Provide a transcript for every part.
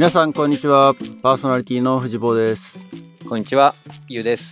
皆さんこんにちは。パーソナリティの藤坊です。 こんにちは、ゆうです。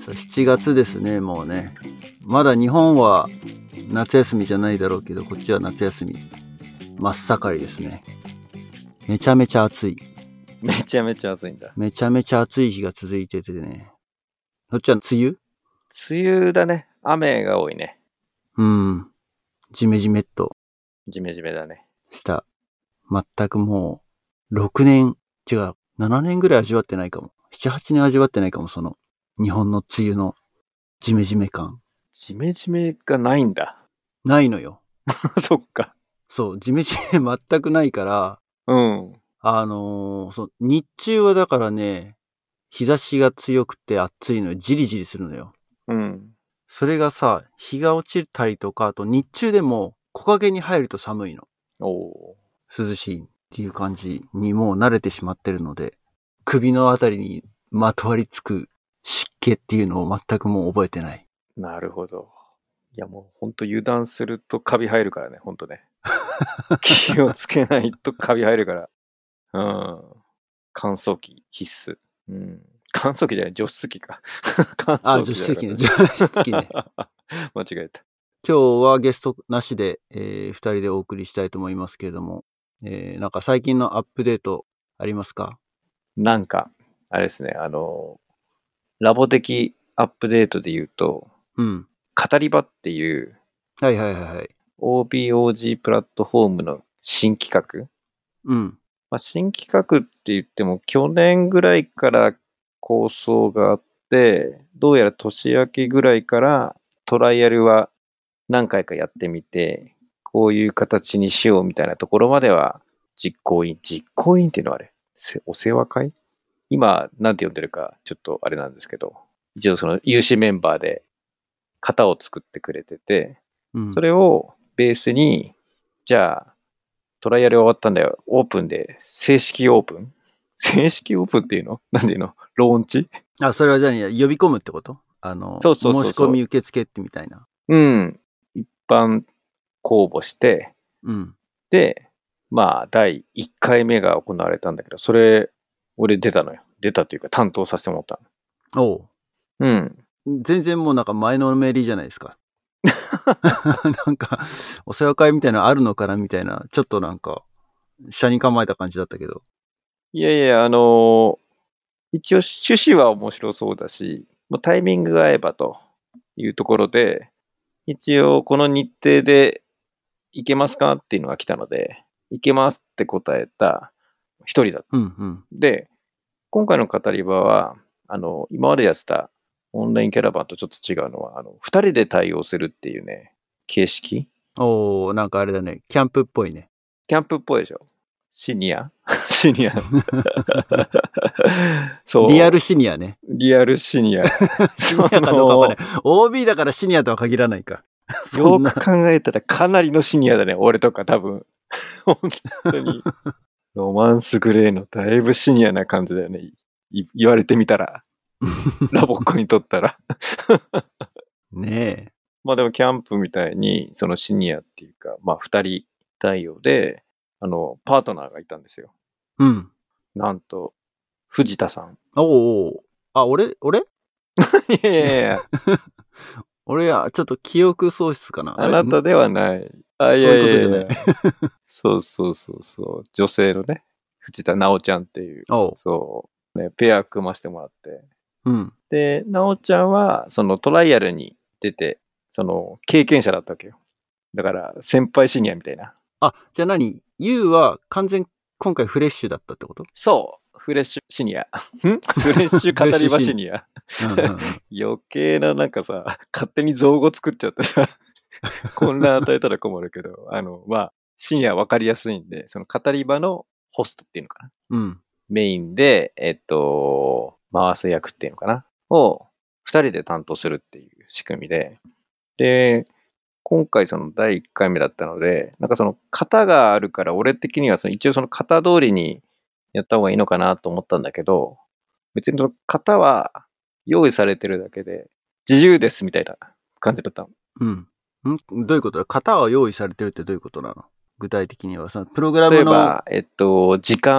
7月ですね。もうね、まだ日本は夏休みじゃないだろうけど、こっちは夏休み真っ盛りですね。めちゃめちゃ暑い。 めちゃめちゃ暑いんだ。 めちゃめちゃ暑い日が続いててね。こっちは梅雨？ 梅雨だね。雨が多いね。 ジメジメっとジメジメだね。 した。全くもう6年、違う、7年ぐらい味わってないかも。7、8年味わってないかも、その日本の梅雨のジメジメ感。 ジメジメがないんだ。 ないのよ。 そっか。 そう、ジメジメ全くないから、 うん。 日中はだからね、日差しが強くて暑いのよ。じりじりするのよ。 うん。 それがさ、日が落ちたりとか、あと日中でも木陰に入ると寒いの。 お涼しいっていう感じにもう慣れてしまってるので、首のあたりにまとわりつく湿気っていうのを全くもう覚えてない。 なるほど。いやもうほんと油断するとカビ生えるからね、ほんとね。気をつけないとカビ生えるから。うん。乾燥機必須。うん。乾燥機じゃない、除湿機か。乾あ、 燥除湿機ね。 機じゃなかっ除湿機ね。 た。間違えた。 今日はゲストなしで、2人でお送りしたいと思いますけれども、なんか最近のアップデートありますか？ なんか、あれですね、ラボ的アップデートで言うと、 うん。 語り場っていうはいはいはいはい。 OBOG プラットフォームの新企画。 うん。 新企画って言っても去年ぐらいから構想があって、どうやら年明けぐらいからトライアルは何回かやってみて、こういう形にしようみたいなところまでは実行委員っていうのはあれお世話会今、なんて呼んでるか、ちょっとあれなんですけど、一応その有志メンバーで型を作ってくれてて、 うん、 それをベースに、じゃあ、トライアル終わったんだよ。オープンで、正式オープン正式オープンっていうのなんていうのローンチあ、それはじゃあ呼び込むってこと？ そうそうそうそう。 申し込み受付ってみたいな。 うん。一般公募して、 うん。 で、第1回目が行われたんだけど、それ、俺出たのよ。出たというか担当させてもらったの。 おう。 うん。 全然もうなんか前のめりじゃないですか。なんか、お世話会みたいなのあるのかなみたいな、ちょっとなんか、車に構えた感じだったけど。 いやいや、一応趣旨は面白そうだし、もうタイミングが合えばというところで、一応この日程で行けますかっていうのが来たので、行けますって答えた一人だった。 うんうん。 で、今回の語り場は、今までやってたオンラインキャラバンとちょっと違うのは、二人で対応するっていうね、形式。 おー、なんかあれだね。キャンプっぽいね。 キャンプっぽいでしょ。シニアシニア。そう。 リアルシニアね。 リアルシニア。 シニアかどうかわかんない。OB だからシニアとは限らないか。 よく考えたらかなりのシニアだね。俺とか多分。本当に。ロマンスグレーのだいぶシニアな感じだよね。言われてみたら。ラボっ子にとったら。 ねえ。 でもキャンプみたいに、そのシニアっていうか、二人対応で、パートナーがいたんですよ。 うん。 なんと、藤田さん。 おー。あ、俺いやいやいや。 俺はちょっと記憶喪失かな。 あなたではない。あ、いそうやいいうことじゃない。 やいや。そうそうそうそう。女性のね、藤田直ちゃんっていう、 おう。 そう、ね、ペア組ませてもらって。 うん。 で、直ちゃんは、そのトライアルに出て、その経験者だったわけよ。だから、先輩シニアみたいな。 あ、じゃあ何？ You は完全今回フレッシュだったってこと？ そう。フレッシュシニア。フレッシュ語り場シニア。 うんうんうん、 余計ななんかさ、勝手に造語作っちゃってさ、混乱与えたら困るけど、シニア分かりやすいんで、その語り場のホストっていうのかな。 うん。 メインで、回す役っていうのかな。を、二人で担当するっていう仕組みで、で、今回その第1回目だったので、なんかその型があるから、俺的には一応その型通りにやった方がいいのかなと思ったんだけど、別にその型は用意されてるだけで、自由ですみたいな感じだったの。 うん。どういうことだ？型は用意されてるってどういうことなの？具体的には。そのプログラムの。 例えば、時間。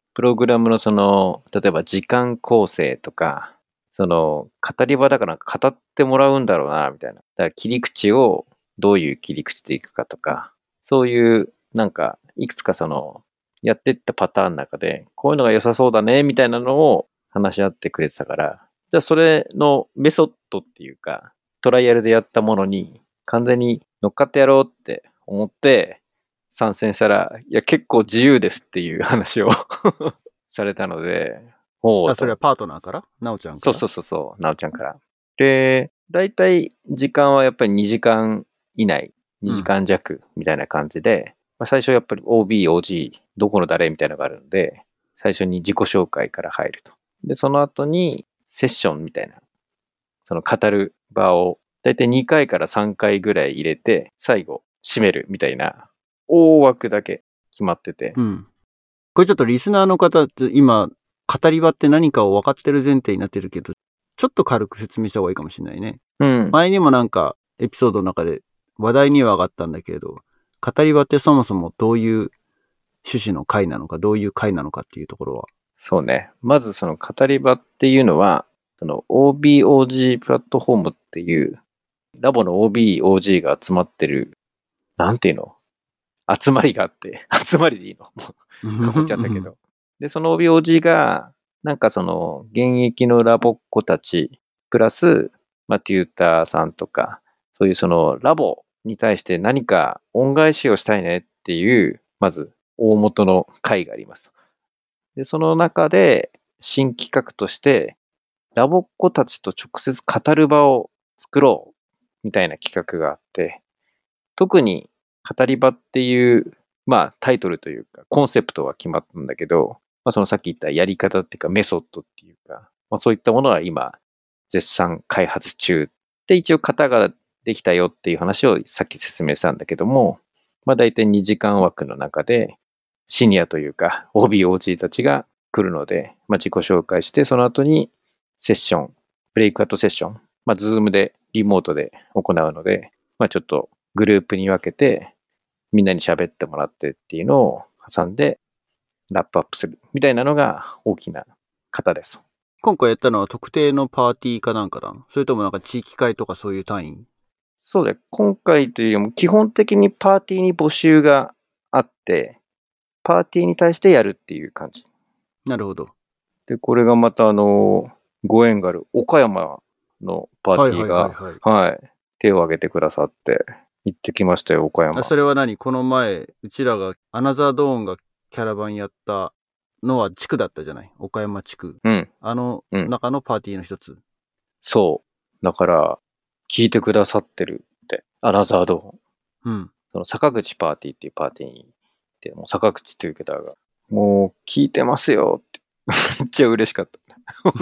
プログラムの例えば時間構成とか、語り場だから語ってもらうんだろうな、みたいな。だから切り口をどういう切り口でいくかとか、そういう、いくつかやっていったパターンの中で、こういうのが良さそうだね、みたいなのを話し合ってくれてたから、じゃあそれのメソッドっていうか、トライアルでやったものに完全に乗っかってやろうって思って参戦したら、いや結構自由ですっていう話をされたので、 それはパートナーからなおちゃんからそう、なおちゃんから。で、だいたい時間はやっぱり2時間以内、2時間弱みたいな感じで、最初やっぱり OB、OG、どこの誰みたいなのがあるので、最初に自己紹介から入ると。で、その後にセッションみたいな、語る場をだいたい2回から3回ぐらい入れて、最後締めるみたいな大枠だけ決まってて。 これちょっとリスナーの方って今、語り場って何かを分かってる前提になってるけど、ちょっと軽く説明した方がいいかもしれないね。前にもエピソードの中で話題には上がったんだけれど、語り場ってそもそもどういう趣旨の会なのか、どういう会なのかっていうところは。 そうね。まず語り場っていうのは、OBOG プラットフォームっていうラボの OB、OG が集まってる、なんていうの？集まりがあって、集まりでいいの？もう、かぶっちゃったけど。で、その OB、OG が、現役のラボっ子たち、プラス、テューターさんとか、そういうラボに対して何か恩返しをしたいねっていう、まず、大元の会があります。で、その中で、新企画として、ラボっ子たちと直接語る場を作ろうみたいな企画があって、特に語り場っていう、タイトルというか、コンセプトは決まったんだけど、さっき言ったやり方っていうか、メソッドっていうか、そういったものは今、絶賛開発中で、一応型ができたよっていう話をさっき説明したんだけども、だいたい2時間枠の中で、シニアというか、OB、OG たちが来るので、自己紹介して、その後にセッション、ブレイクアウトセッション、ズームでリモートで行うので、ちょっとグループに分けて、みんなに喋ってもらってっていうのを挟んで、ラップアップするみたいなのが大きな型です。 今回やったのは特定のパーティーかなんかなの？それとも地域会とかそういう単位？ そうで、今回というよりも基本的にパーティーに募集があって、パーティーに対してやるっていう感じ。 なるほど。 で、これがまたご縁がある岡山のパーティーが、手を挙げてくださって、行ってきましたよ、岡山。 それはこの前、うちらが、アナザードーンがキャラバンやったのは地区だったじゃない？岡山地区。中のパーティーの一つ。 そう。だから、聞いてくださってるって、アナザードーン。坂口パーティーっていうパーティーに、もう坂口っていう方が、もう聞いてますよって、めっちゃ嬉しかった。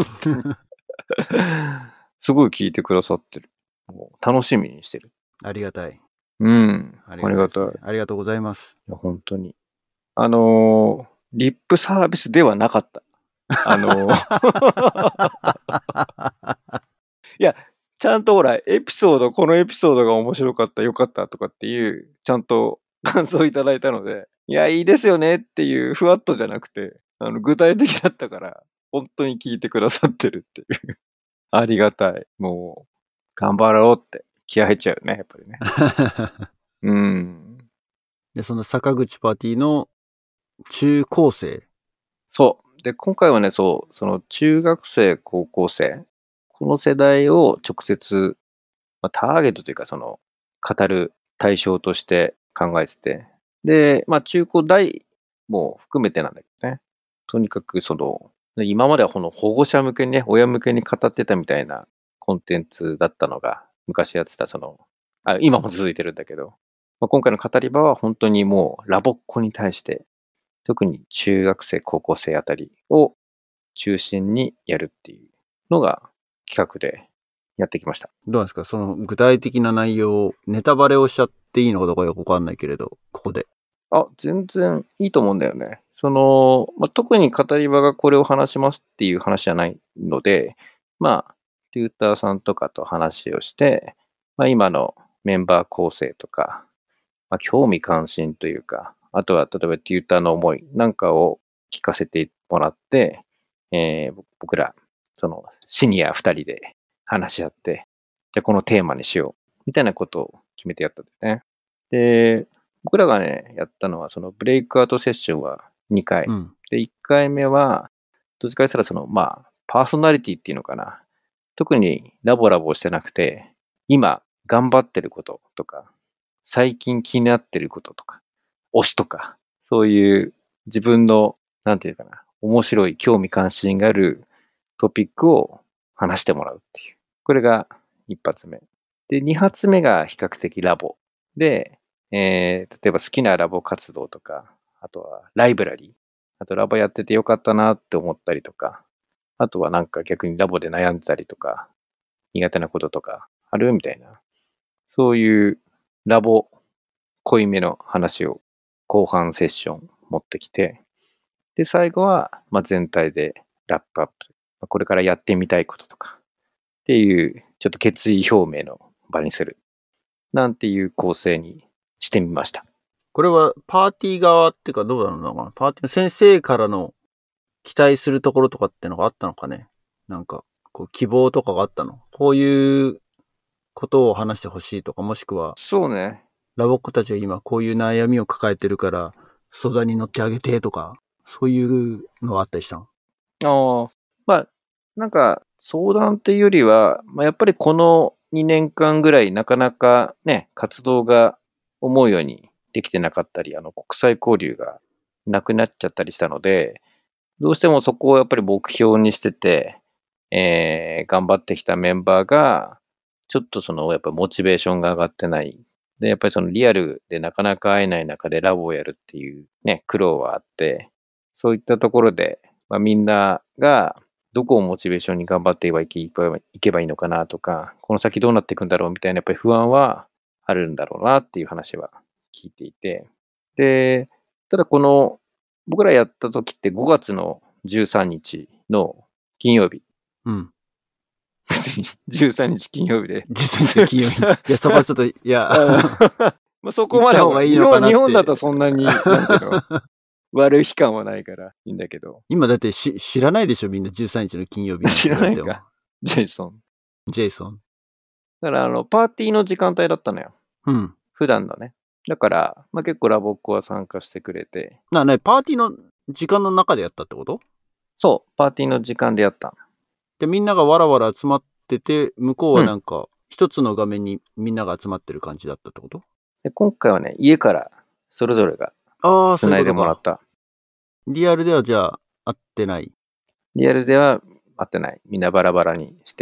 すごい聞いてくださってる。もう楽しみにしてる。 ありがたい。 ありがたい。 ありがとうございます。 いや、本当に。リップサービスではなかった。いや、ちゃんとほら、このエピソードが面白かった、よかったとかっていう、ちゃんと感想いただいたので、いや、いいですよねっていう、ふわっとじゃなくて、具体的だったから、本当に聞いてくださってるっていう。ありがたい。もう、頑張ろうって気合入っちゃうよね、やっぱりね。 で、その坂口パーティーの中高生。 そう。で、今回はね、その中学生、高校生、この世代を直接、ターゲットというか、語る対象として考えてて。で、中高大も含めてなんだけどね。とにかく今まではこの保護者向けにね、親向けに語ってたみたいなコンテンツだったのが、昔やってた今も続いてるんだけど、今回の語り場は本当にもうラボっ子に対して、特に中学生、高校生あたりを中心にやるっていうのが企画でやってきました。 どうですか？その具体的な内容をネタバレをしちゃっていいのかどうかよくわかんないけれど、ここで。 全然いいと思うんだよね。特に語り場がこれを話しますっていう話じゃないので、テューターさんとかと話をして、今のメンバー構成とか、興味関心というか、あとは例えばテューターの思いなんかを聞かせてもらって、僕ら、シニア2人で話し合って、じゃあこのテーマにしよう、みたいなことを決めてやったんですね。で、僕らがね、やったのは、ブレイクアウトセッションは2回。 うん、 で、1回目は、どっちかとしたらパーソナリティっていうのかな。特にラボしてなくて、今頑張ってることとか、最近気になってることとか、推しとか、そういう自分の、なんていうかな、面白い興味関心があるトピックを話してもらうっていう。これが一発目。で、二発目が比較的ラボ。で、例えば好きなラボ活動とか、あとはライブラリー。あとラボやっててよかったなって思ったりとか、あとはなんか逆にラボで悩んでたりとか、苦手なこととかあるみたいな。そういうラボ濃いめの話を後半セッション持ってきて、で、最後は全体でラップアップ。これからやってみたいこととかっていうちょっと決意表明の場にする。なんていう構成にしてみました。 これはパーティー側っていうかどうなのかな、パーティーの先生からの期待するところとかってのがあったのかね。なんか、希望とかがあったの？こういうことを話してほしいとか、もしくは、 そうね。 ラボっ子たちが今こういう悩みを抱えてるから相談に乗ってあげてとか、そういうのがあったりしたの？ なんか相談っていうよりは、やっぱりこの2年間ぐらいなかなかね、活動が思うようにできてなかったり、国際交流がなくなっちゃったりしたので、どうしてもそこをやっぱり目標にしてて、頑張ってきたメンバーが、ちょっとやっぱモチベーションが上がってない。で、やっぱりリアルでなかなか会えない中でラボをやるっていうね、苦労はあって、そういったところで、みんながどこをモチベーションに頑張っていけばいいのかなとか、この先どうなっていくんだろうみたいなやっぱり不安はあるんだろうなっていう話は聞いていて。で、ただ僕らやった時って5月の13日の金曜日。 うん。 別に13日金曜日で。 13日金曜日。いや、そこはちょっと、いや。 そこまで行った方がいいのかなって。 日本だとそんなに、なんていうの悪い期間はないからいいんだけど。 今だって知らないでしょみんな13日の金曜日。 知らないか。ジェイソン。だからパーティーの時間帯だったのよ。 うん。 普段のね。だから、結構ラボっ子は参加してくれて。 パーティーの時間の中でやったってこと？ そう、パーティーの時間でやった。 で、みんながわらわら集まってて、向こうはなんか、一つの画面にみんなが集まってる感じだったってこと？ で今回はね、家からそれぞれが繋いでもらった。 リアルではじゃあ、会ってない？ リアルでは会ってない。みんなバラバラにして。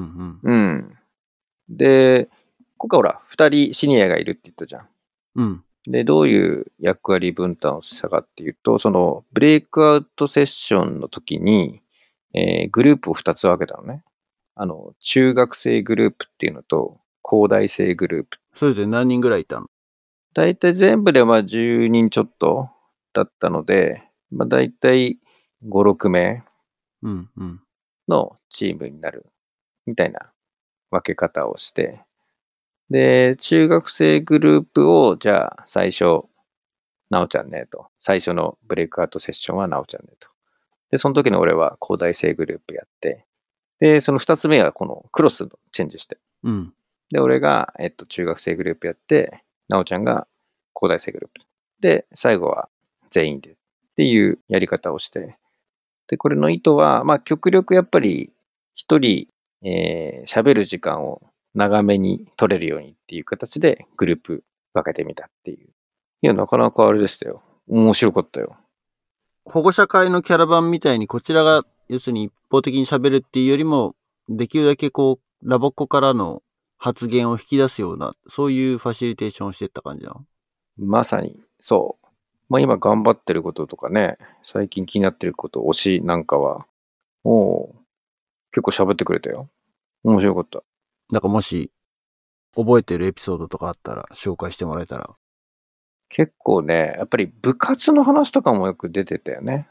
で、今回ほら、2人シニアがいるって言ったじゃん。 うん。 で、どういう役割分担をしたかっていうと、ブレイクアウトセッションの時に、グループを2つ分けたのね。中学生グループっていうのと、高大生グループ。 それで何人ぐらいいたの？ だいたい全部で10人ちょっとだったので、だいたい5、6名のチームになるみたいな分け方をして、で、中学生グループを、じゃあ最初、なおちゃんねと。最初のブレイクアウトセッションはなおちゃんねと。で、その時の俺は高大生グループやって、で、その2つ目はこのクロスのチェンジして。 うん。 で、俺が、中学生グループやって、なおちゃんが高大生グループ。で、最後は全員でっていうやり方をして。で、これの意図は、極力やっぱり一人、喋る時間を長めに取れるようにっていう形でグループ分けてみたっていう。いや、なかなかあれでしたよ。面白かったよ。 保護者会のキャラバンみたいにこちらが要するに一方的に喋るっていうよりも、できるだけラボっ子からの発言を引き出すような、そういうファシリテーションをしていった感じなの？ まさに、そう。今頑張ってることとかね、最近気になってること、推しなんかは、結構喋ってくれたよ。面白かった。 だからもし、覚えてるエピソードとかあったら紹介してもらえたら。 結構ね、やっぱり部活の話とかもよく出てたよね。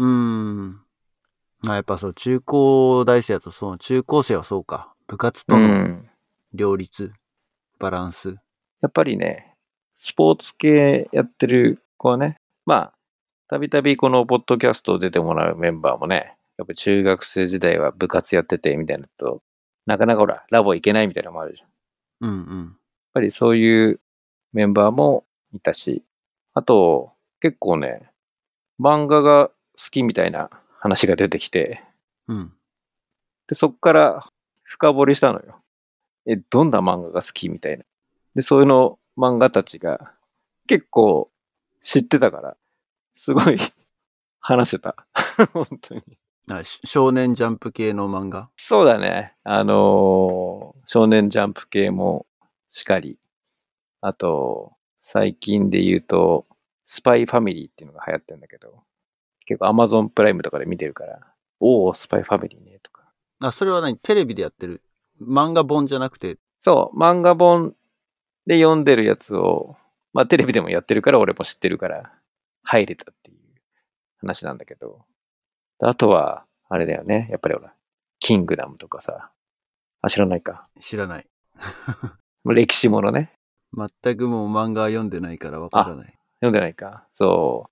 やっぱそう、中高大生だと中高生はそうか。部活との両立、バランス。 やっぱりね、スポーツ系やってる子はね、 たびたびこのポッドキャスト出てもらうメンバーもね、やっぱ中学生時代は部活やっててみたいなと、なかなかほら、ラボ行けないみたいなのもあるじゃん。 うんうん。 やっぱりそういうメンバーもいたし、あと、結構ね、漫画が好きみたいな話が出てきて、 うん。 で、そっから深掘りしたのよ。どんな漫画が好きみたいな。で、そういうの漫画たちが結構知ってたから、すごい話せた。本当に。 少年ジャンプ系の漫画？ そうだね。少年ジャンプ系もしかり。あと、最近で言うと、スパイファミリーっていうのが流行ってるんだけど、結構 Amazon プライムとかで見てるから、おー、スパイファミリーね、とか。 それは何？テレビでやってる？漫画本じゃなくて？ そう、漫画本で読んでるやつを、まあテレビでもやってるから俺も知ってるから入れたっていう話なんだけど。あとは、あれだよね。やっぱりほら、キングダムとかさ。知らないか。 知らない。 歴史ものね。 全くもう漫画は読んでないからわからない。 読んでないか。そう。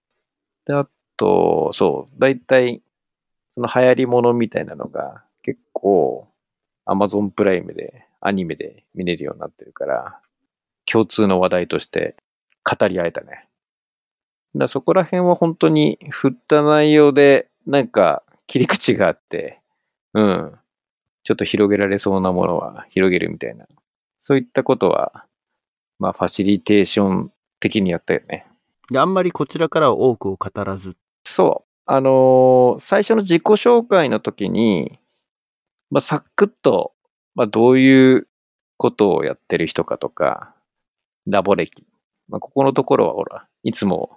で、あと、そう。だいたい、その流行りものみたいなのが結構、Amazon プライムで、アニメで見れるようになってるから、共通の話題として語り合えたね。そこら辺は本当に振った内容で、なんか切り口があって、うん。ちょっと広げられそうなものは広げるみたいな。そういったことは、まあファシリテーション的にやったよね。 で、あんまりこちらからは多くを語らず。 そう。最初の自己紹介の時に、まあサクッと、まあどういうことをやってる人かとか、ラボ歴。まあここのところはほら、いつも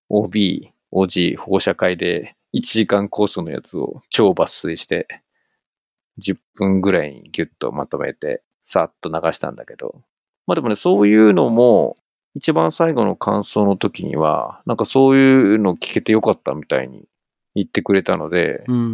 OB、OG 保護者会で1時間コースのやつを超抜粋して、10分ぐらいにギュッとまとめて、さっと流したんだけど。まあでもね、そういうのも、一番最後の感想の時には、なんかそういうの聞けてよかったみたいに言ってくれたので、うん、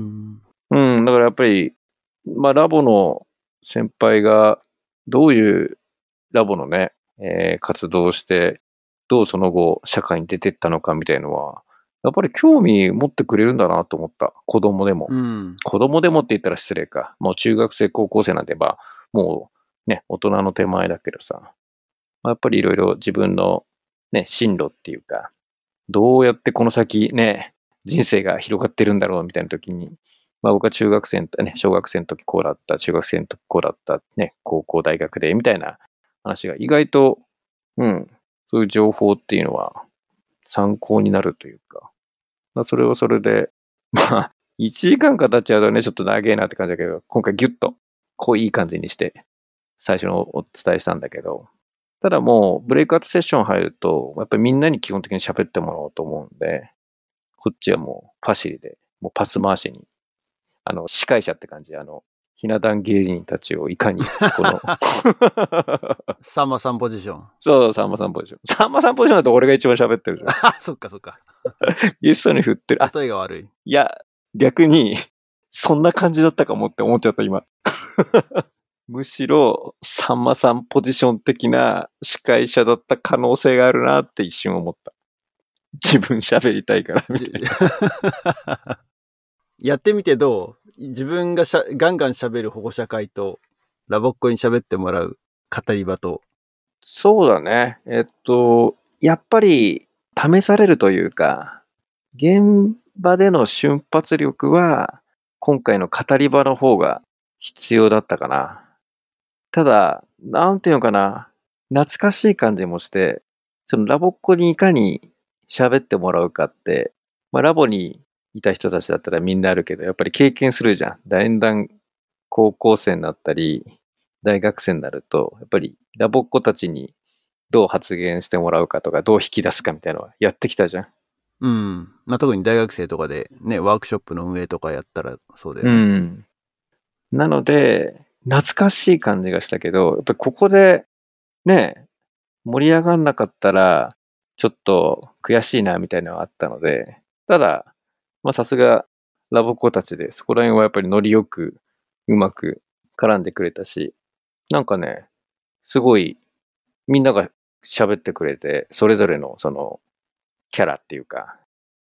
だからやっぱり、まあラボの先輩がどういうラボのね、活動をして、どうその後社会に出てったのかみたいのは、やっぱり興味持ってくれるんだなと思った。子供でも。子供でもって言ったら失礼か。もう中学生、高校生なんてば、もうね、大人の手前だけどさ。やっぱりいろいろ自分のね、進路っていうか、どうやってこの先ね、人生が広がってるんだろうみたいな時に、まあ僕は中学生ね、小学生の時こうだった、中学生の時こうだった、ね、高校、大学で、みたいな話が意外と、そういう情報っていうのは参考になるというか、まあ、それはそれで、まあ、1時間語っちゃうとね、ちょっと長えなって感じだけど、今回ギュッと、こういい感じにして、最初のお伝えしたんだけど、ただもう、ブレイクアウトセッション入ると、やっぱりみんなに基本的に喋ってもらおうと思うんで、こっちはもう、ファシリで、もうパス回しに、司会者って感じ、ひな壇芸人たちをいかに、このさんまさんポジション。 そう、さんまさんポジション。さんまさんポジションだと俺が一番喋ってるじゃん。 そっかそっか。 ゲストに振ってる。 例えが悪い。 いや、逆に、そんな感じだったかもって思っちゃった、今。むしろ、さんまさんポジション的な司会者だった可能性があるなって一瞬思った。自分喋りたいからみたいな。 やってみてどう？自分がガンガン喋る保護者会と、ラボっ子に喋ってもらう語り場と。 そうだね。やっぱり試されるというか、現場での瞬発力は、今回の語り場の方が必要だったかな。ただ、なんていうのかな、懐かしい感じもして、そのラボっ子にいかに喋ってもらうかって、まあラボにいた人たちだったらみんなあるけど、やっぱり経験するじゃん。だんだん高校生になったり、大学生になると、やっぱりラボっ子たちにどう発言してもらうかとか、どう引き出すかみたいなのはやってきたじゃん。 うん。まあ、特に大学生とかでね、ワークショップの運営とかやったらそうだよね。 なので、懐かしい感じがしたけど、やっぱりここでね、盛り上がんなかったら、ちょっと悔しいなみたいなのがあったので、ただ、まあさすがラボっ子たちで、そこら辺はやっぱりノリよく、うまく絡んでくれたし、なんかね、すごいみんなが喋ってくれて、それぞれのそのキャラっていうか、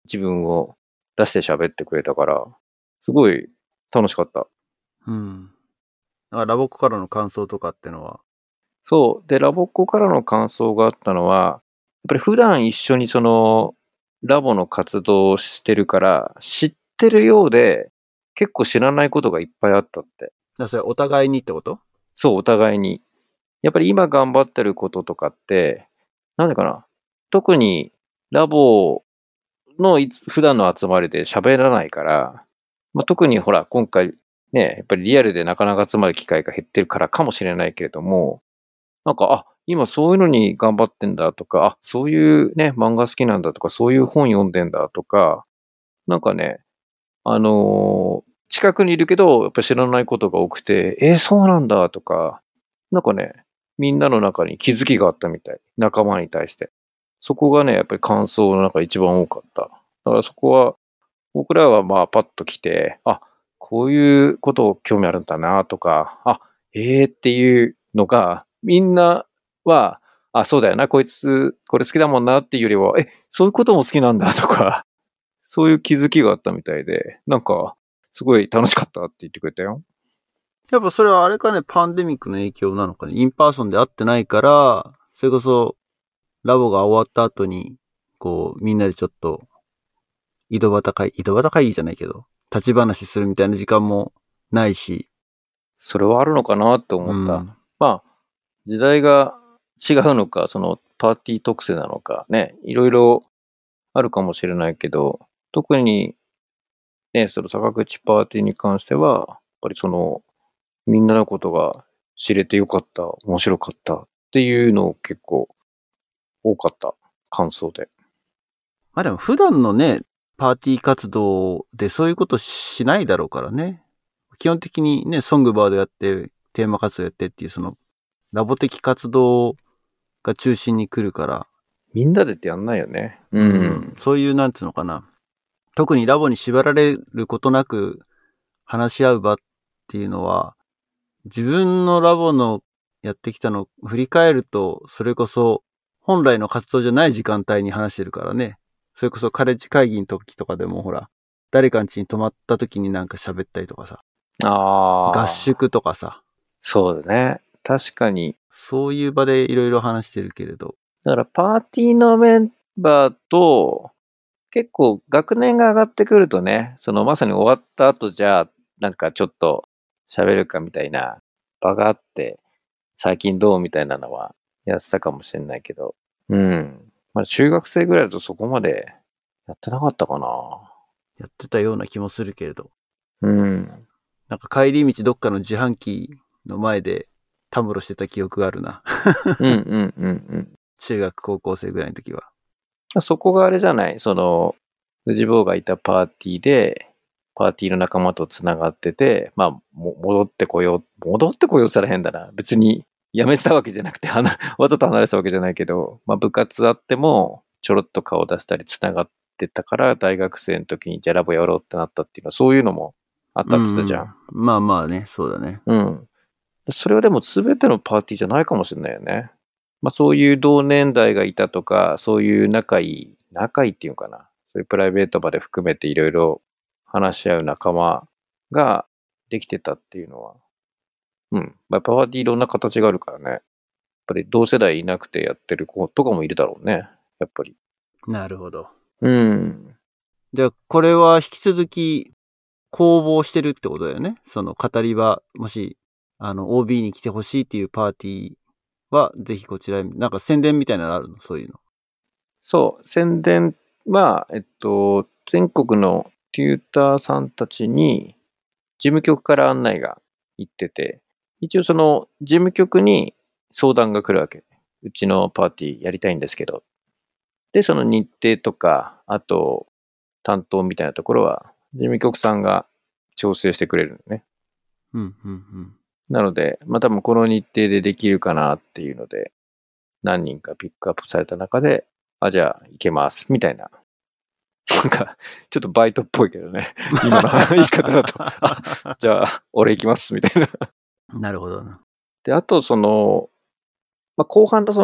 自分を出して喋ってくれたから、すごい楽しかった。 うん。ラボっ子からの感想とかってのは？ そう。で、ラボっ子からの感想があったのは、やっぱり普段一緒にその、ラボの活動をしてるから、知ってるようで、結構知らないことがいっぱいあったって。 それお互いにってこと？ そう、お互いに。やっぱり今頑張ってることとかって、なんでかな。特にラボの普段の集まりで喋らないから、まあ、特にほら、今回ね、やっぱりリアルでなかなか集まる機会が減ってるからかもしれないけれども、なんか、今そういうのに頑張ってんだとか、そういうね、漫画好きなんだとか、そういう本読んでんだとか、なんかね、近くにいるけど、やっぱ知らないことが多くて、そうなんだとか、なんかね、みんなの中に気づきがあったみたい。仲間に対して。そこがね、やっぱり感想の中で一番多かった。だからそこは、僕らはまあパッと来て、こういうことを興味あるんだなとか、っていうのが、みんなは、そうだよな、こいつ、これ好きだもんなっていうよりは、そういうことも好きなんだとか、そういう気づきがあったみたいで、なんか、すごい楽しかったって言ってくれたよ。 やっぱそれはあれかね、パンデミックの影響なのかね。インパーソンで会ってないから、それこそ、ラボが終わった後に、こう、みんなでちょっと、井戸端会議じゃないけど、立ち話するみたいな時間もないし。 それはあるのかなって思った。まあ、時代が違うのか、そのパーティー特性なのかね、いろいろあるかもしれないけど、特にね、その坂口パーティーに関しては、やっぱりその、みんなのことが知れてよかった、面白かったっていうの結構多かった、感想で。 まあでも普段のね、パーティー活動でそういうことしないだろうからね。基本的にね、ソングバードやって、テーマ活動やってっていう、その、ラボ的活動が中心に来るから。 みんなでってやんないよね。 そういう、なんつうのかな。特にラボに縛られることなく話し合う場っていうのは、自分のラボのやってきたのを振り返ると、それこそ本来の活動じゃない時間帯に話してるからね。それこそカレッジ会議の時とかでもほら、誰かん家に泊まった時になんか喋ったりとかさ。合宿とかさ。 そうだね。確かに。 そういう場でいろいろ話してるけれど。 だからパーティーのメンバーと、結構学年が上がってくるとね、そのまさに終わった後じゃあ、なんかちょっと喋るかみたいな場があって、最近どうみたいなのはやってたかもしれないけど、まあ中学生ぐらいだとそこまでやってなかったかな。 やってたような気もするけれど。 なんか帰り道どっかの自販機の前でたむろしてた記憶があるな。中学高校生ぐらいの時は。 そこがあれじゃない、その、藤坊がいたパーティーで、パーティーの仲間と繋がってて、まあ、戻ってこようって言ったら変だな。別に辞めてたわけじゃなくて、わざと離れてたわけじゃないけど、まあ部活あっても、ちょろっと顔出したり繋がってたから、大学生の時にじゃあラボやろうってなったっていうのは、そういうのもあったって言ったじゃん。 まあまあね、そうだね。 それはでも全てのパーティーじゃないかもしれないよね。まあそういう同年代がいたとか、そういう仲いいっていうかな。そういうプライベート場で含めていろいろ話し合う仲間ができてたっていうのは。まあ、パーティーいろんな形があるからね。やっぱり同世代いなくてやってる子とかもいるだろうね。やっぱり。 なるほど。じゃあこれは引き続き公募してるってことだよね。その語り場、もし、OB に来てほしいっていうパーティーは、ぜひこちらへ、なんか宣伝みたいなのあるの？そういうの。 そう、宣伝は、全国のテューターさんたちに、事務局から案内が行ってて、一応その事務局に相談が来るわけ。うちのパーティーやりたいんですけど。で、その日程とか、あと担当みたいなところは、事務局さんが調整してくれるのね。なので、まあ多分この日程でできるかなっていうので、何人かピックアップされた中で、じゃあ行けます、みたいな。なんか、ちょっとバイトっぽいけどね。今の言い方だと。じゃあ、俺行きます、みたいな。 なるほどな。 で、あと、その、まあ、後半のその、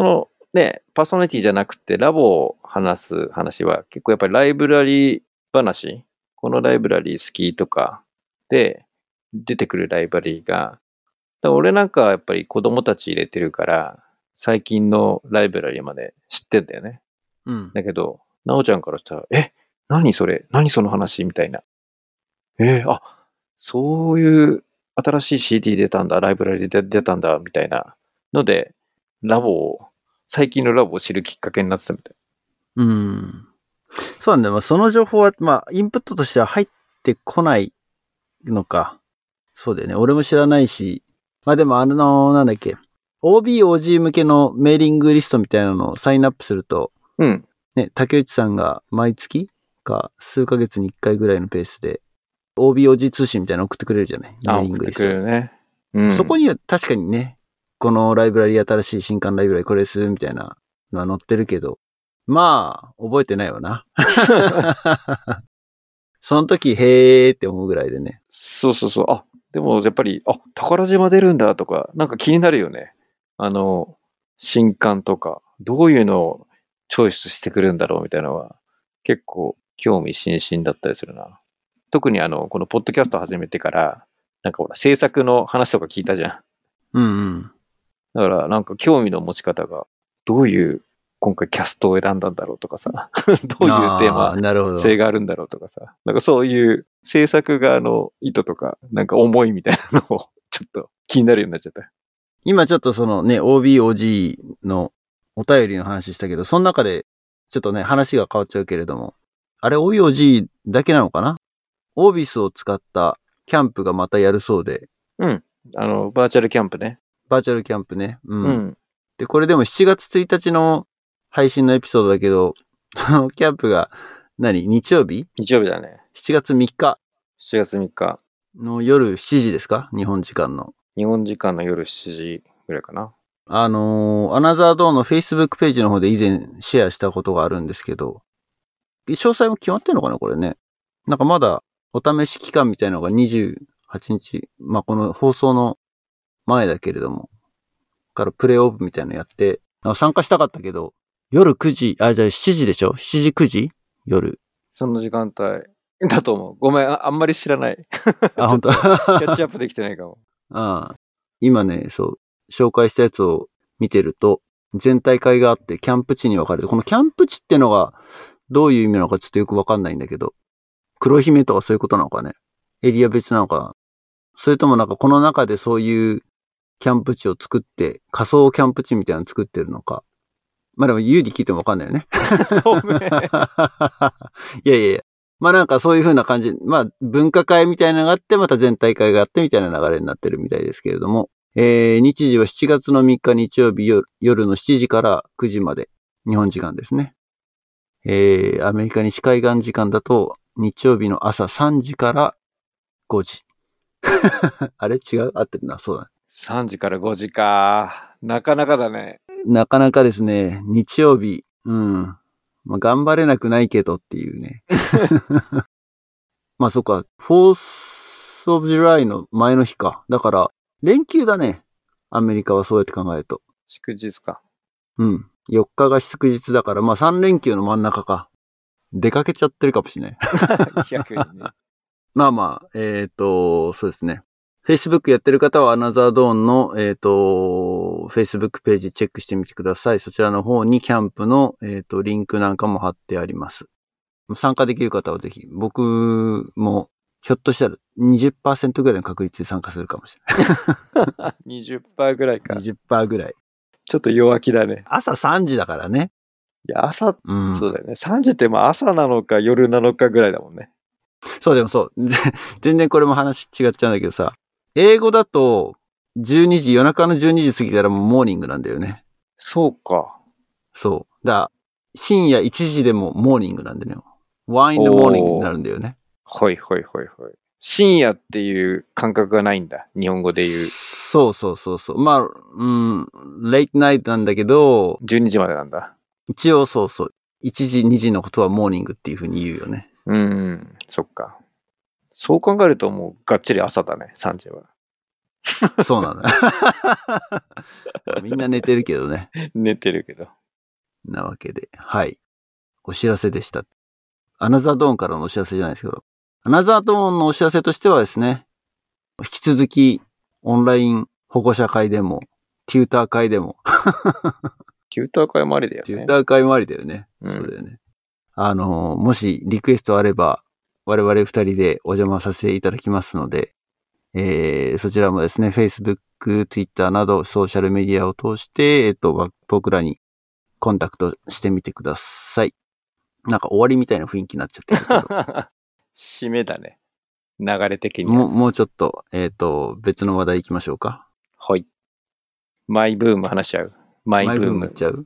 ね、パーソナリティじゃなくてラボを話す話は結構やっぱりライブラリー話、このライブラリー好きとかで出てくるライブラリーが、俺なんかはやっぱり子供たち入れてるから、最近のライブラリーまで知ってんだよね。 うん。 だけど、なおちゃんからしたら、何それ何その話みたいな。そういう新しい CD 出たんだ、ライブラリで出たんだ、みたいなので、最近のラボを知るきっかけになってたみたい。 そうなんだよ。まあ、その情報は、インプットとしては入ってこないのか。そうだよね。俺も知らないし。でもなんだっけ。OB、OG 向けのメーリングリストみたいなのをサインアップすると、ね、竹内さんが毎月か数ヶ月に1回ぐらいのペースで、OB、OG 通信みたいなの送ってくれるじゃない。メーリングリスト。 送ってくれるね。 そこには確かにね、このライブラリ新しい新刊ライブラリこれです、みたいなのは載ってるけど、覚えてないわな。その時、へーって思うぐらいでね。 そう。でもやっぱり、宝島出るんだとか、なんか気になるよね。新刊とか、どういうのをチョイスしてくるんだろうみたいなのは、結構興味津々だったりするな。特にこのポッドキャスト始めてから、なんかほら、制作の話とか聞いたじゃん。 だからなんか興味の持ち方が、どういう今回キャストを選んだんだろうとかさ、どういうテーマ性があるんだろうとかさ、なんかそういう制作側の意図とか、なんか思いみたいなのをちょっと気になるようになっちゃった。 今ちょっとそのね、OB、OG のお便りの話したけど、その中でちょっとね、話が変わっちゃうけれども、あれ OB、OG だけなのかな？オービスを使ったキャンプがまたやるそうで。 バーチャルキャンプね。 バーチャルキャンプね。で、これでも7月1日の配信のエピソードだけど、そのキャンプが日曜日だね。 7月3日。 7月3日。 の夜7時ですか？日本時間の。 日本時間の夜7時ぐらいかな。 アナザードーンの Facebook ページの方で以前シェアしたことがあるんですけど、詳細も決まってんのかなこれね。なんかまだお試し期間みたいなのが28日、この放送の前だけれども、からプレイオフみたいなのやって、参加したかったけど、夜9時、じゃあ7時でしょ？ 7 時9時夜。 その時間帯だと思う。ごめん、あんまり知らない。 本当。 キャッチアップできてないかも。 今ね、紹介したやつを見てると、全体会があってキャンプ地に分かれて、このキャンプ地ってのがどういう意味なのかちょっとよく分かんないんだけど、黒姫とかそういうことなのかね。エリア別なのか。それともなんかこの中でそういうキャンプ地を作って、仮想キャンプ地みたいなの作ってるのか。でも有利聞いても分かんないよね。 ごめん。 いや。なんかそういう風な感じ。分科会みたいなのがあって、また全体会があってみたいな流れになってるみたいですけれども。日時は7月の3日日曜日夜の7時から9時まで。日本時間ですね。アメリカ西海岸時間だと、日曜日の朝3時から5時。あれ違う？合ってるな。そうだ。 3時から5時か。なかなかだね。 なかなかですね。日曜日。頑張れなくないけどっていうね。そっか。4th of July の前の日か。だから、連休だね。アメリカはそうやって考えると。 祝日か。 4日が祝日だから、3連休の真ん中か。出かけちゃってるかもしれない。 逆にね。 そうですね。Facebook やってる方はアナザードーンの、Facebook ページチェックしてみてください。そちらの方にキャンプの、リンクなんかも貼ってあります。参加できる方はぜひ、僕もひょっとしたら 20% ぐらいの確率で参加するかもしれない。 20% ぐらいか。 20% ぐらい。 ちょっと弱気だね。 朝3時だからね。 いや、そうだよね。3時って朝なのか夜なのかぐらいだもんね。 そう、でもそう。全然これも話違っちゃうんだけどさ。英語だと、夜中の12時過ぎたらもうモーニングなんだよね。 そうか。 そう。深夜1時でもモーニングなんだよね。1 in the morning になるんだよね。 はい。深夜っていう感覚がないんだ。日本語で言う。 そう。late night なんだけど、 12時までなんだ。 一応そう。1時、2時のことはモーニングっていう風に言うよね。 そっか。そう考えるともうがっちり朝だね、3時は。 そうなんだ。みんな寝てるけどね。 寝てるけど。 なわけで、はい。お知らせでした。アナザードーンからのお知らせじゃないですけど、アナザードーンのお知らせとしてはですね、引き続きオンライン保護者会でも、テューター会でも。 テューター会もありだよね。 テューター会もありだよね。 うん、 そうだよね。もしリクエストあれば、我々二人でお邪魔させていただきますので、そちらもですね、Facebook、Twitter などソーシャルメディアを通して、僕らにコンタクトしてみてください。なんか終わりみたいな雰囲気になっちゃってるけど。 締めだね。流れ的にもうちょっと、別の話題行きましょうか。 はい。マイブーム話しちゃう。マイブームいっちゃう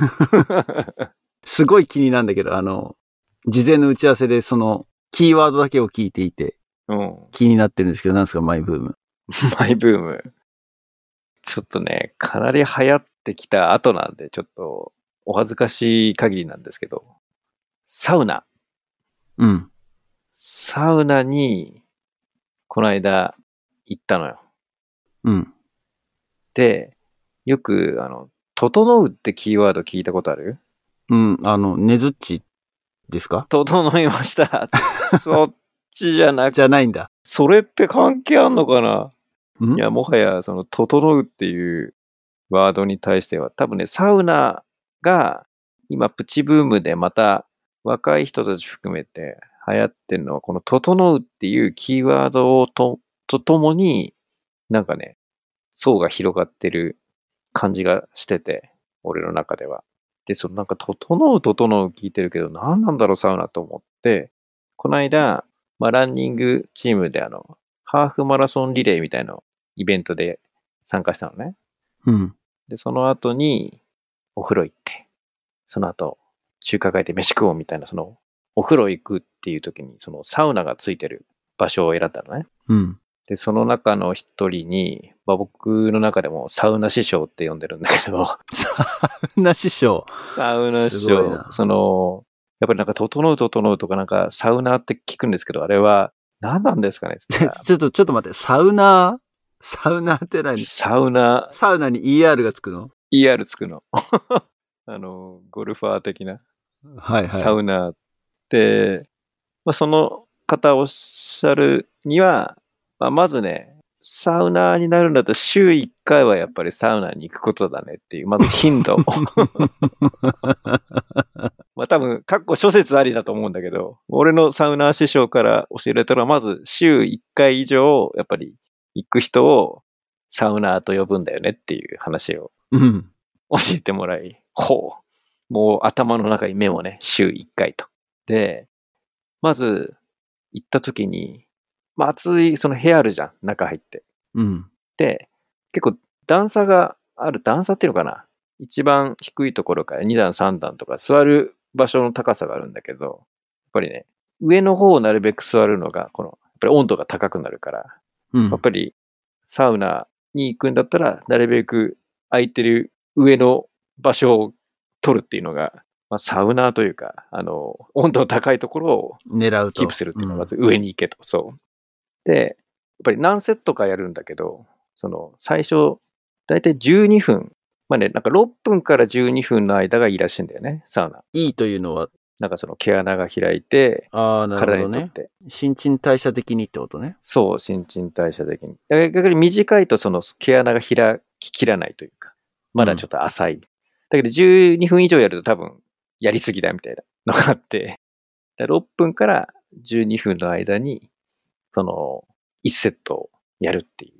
すごい気になるんだけど、事前の打ち合わせでその、キーワードだけを聞いていて、気になってるんですけど、何ですか、マイブーム。 マイブーム。ちょっとね、かなり流行ってきた後なんで、ちょっと、お恥ずかしい限りなんですけど、サウナ。 うん。 サウナに、この間、行ったのよ。 うん。 で、よく、整うってキーワード聞いたことある？ うん、ねずっちですか？ 整いました。そっちじゃなくて。 じゃないんだ。 それって関係あんのかな？いや、もはや、整うっていうワードに対しては、多分ね、サウナが、今、プチブームでまた、若い人たち含めて流行ってるのは、この整うっていうキーワードとともに、なんかね、層が広がってる感じがしてて、俺の中では。で、なんか、整う聞いてるけど、何なんだろう、サウナと思って、この間、ランニングチームでハーフマラソンリレーみたいなイベントで参加したのね。 うん。 で、その後に、お風呂行って、その後、中華街で飯食おうみたいな、お風呂行くっていう時に、サウナがついてる場所を選んだのね。 うん。 で、その中の一人に、僕の中でもサウナ師匠って呼んでるんだけど。 サウナ師匠。 サウナ師匠。やっぱりなんか、整うとかなんか、サウナーって聞くんですけど、あれは、何なんですかね？ ちょっと待って、サウナーって何？ サウナに ER がつくの？ ER つくの。ゴルファー的な。 はいはい。 サウナーって、その方おっしゃるには、まずね、サウナーになるんだったら週1回はやっぱりサウナに行くことだねっていう、まず頻度。多分、諸説ありだと思うんだけど、俺のサウナー師匠から教えられたのは、まず週1回以上、やっぱり行く人をサウナーと呼ぶんだよねっていう話を教えてもらい、もう頭の中にメモね、週1回と。で、まず行った時に、暑いその部屋あるじゃん、中入って。 うん。 で、結構段差がある、段差っていうのかな？一番低いところから2段3段とか座る場所の高さがあるんだけど、やっぱりね、上の方をなるべく座るのが、やっぱり温度が高くなるから、やっぱりサウナに行くんだったら、なるべく空いてる上の場所を取るっていうのが、サウナーというか、温度の高いところを狙うとキープするっていうのがまず上に行けと。そう。で、やっぱり何セットかやるんだけど、最初、だいたい12分。なんか6分から12分の間がいいらしいんだよね、サウナ。 いいというのは、 なんか毛穴が開いて、体にとって。 新陳代謝的にってことね。 そう、新陳代謝的に。逆に短いと毛穴が開ききらないというか、まだちょっと浅い。だけど12分以上やると多分やりすぎだみたいなのがあって、6分から12分の間に、1セットをやるっていう。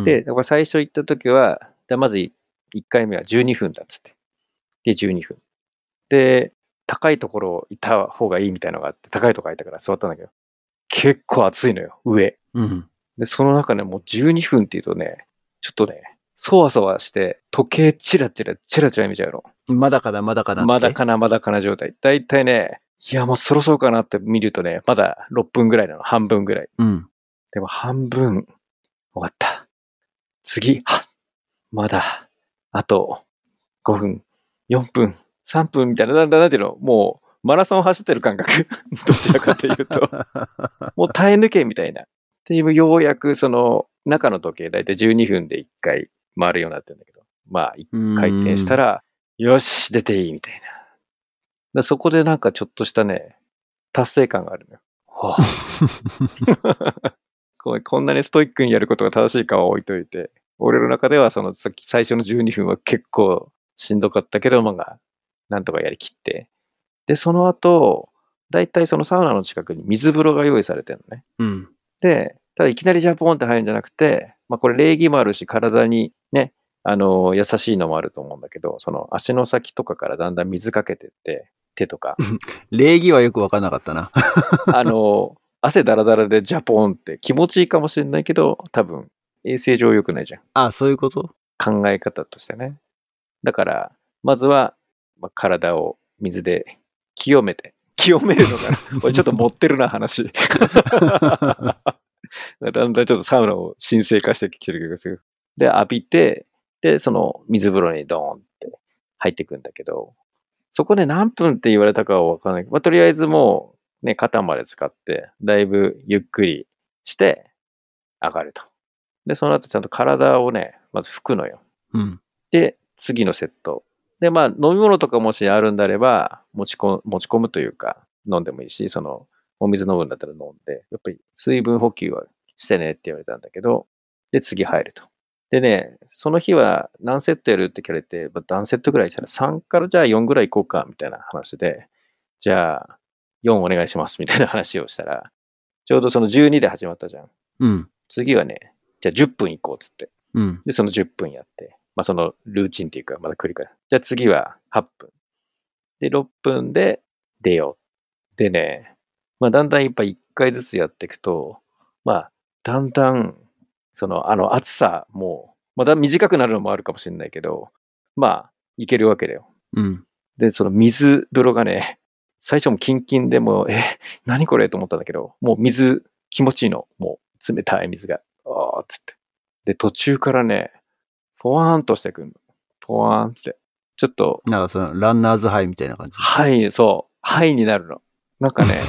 で、だから最初行った時は、まず1回目は12分だっつって。で、12分。で、高いところ行った方がいいみたいなのがあって、高いとこ空いたから座ったんだけど、結構暑いのよ、上。で、その中ね、もう12分って言うとね、ちょっとね、そわそわして、時計チラチラ見ちゃうの。 まだかな状態。だいたいね、いやもうそろそろかなって見るとね、まだ6分ぐらいなの、半分ぐらい。でも半分、終わった。次、まだ、あと、5分、4分、3分みたいな、なんていうの、もう、マラソン走ってる感覚。どちらかというと。もう耐え抜けみたいな。で、ようやく中の時計、だいたい12分で1回回るようになってるんだけど、1回転したら、よし、出ていいみたいな。 でそこでなんかちょっとしたね、達成感があるのよ。はあ、こんなにストイックにやることが正しいかは置いといて、俺の中ではそのさっき最初の12分は結構しんどかったけど、なんとかやりきって。で、その後、だいたいそのサウナの近くに水風呂が用意されてるのね。 うん。 で、ただいきなりジャポンって入るんじゃなくて、これ礼儀もあるし、体にね、優しいのもあると思うんだけど、その足の先とかからだんだん水かけてって、手とか。 礼儀はよくわかんなかったな。 汗だらだらでジャポンって気持ちいいかもしれないけど、多分衛生上良くないじゃん。 あ、そういうこと？ 考え方としてね。だから、まずは、体を水で清めるのかな俺ちょっと持ってるな、話。だんだんちょっとサウナを神聖化してきてる気がする。で、浴びて、で、その水風呂にドーンって入ってくんだけど、そこで何分って言われたかはわかんないけど、とりあえずもうね、肩まで使って、だいぶゆっくりして上がると。で、その後ちゃんと体をね、まず拭くのよ。 うん。 で、次のセット。で、飲み物とかもしあるんであれば、持ち込むというか、飲んでもいいし、お水飲むんだったら飲んで、やっぱり水分補給はしてねって言われたんだけど、で、次入ると。でね、その日は何セットやるって聞かれて、何セットぐらいしたら3からじゃあ4ぐらい行こうか、みたいな話で、じゃあ4お願いします、みたいな話をしたら、ちょうどその12で始まったじゃん。 うん。 次はね、じゃあ10分行こうっつって。 うん。 で、その10分やって、そのルーチンっていうか、まだ繰り返す。じゃあ次は8分。で、6分で出よう。でね、だんだんやっぱ1回ずつやっていくと、だんだん、暑さも、まだ短くなるのもあるかもしれないけど、いけるわけだよ。 うん。 で、その水風呂がね、最初もキンキンでも何これと思ったんだけど、もう水気持ちいいの。もう冷たい水が。あーっつって。で、途中からね、ポワーンとしてくるの。ポワーンって。ちょっと。 なんかその、ランナーズハイみたいな感じ。 はい、そう。ハイになるの。なんかね、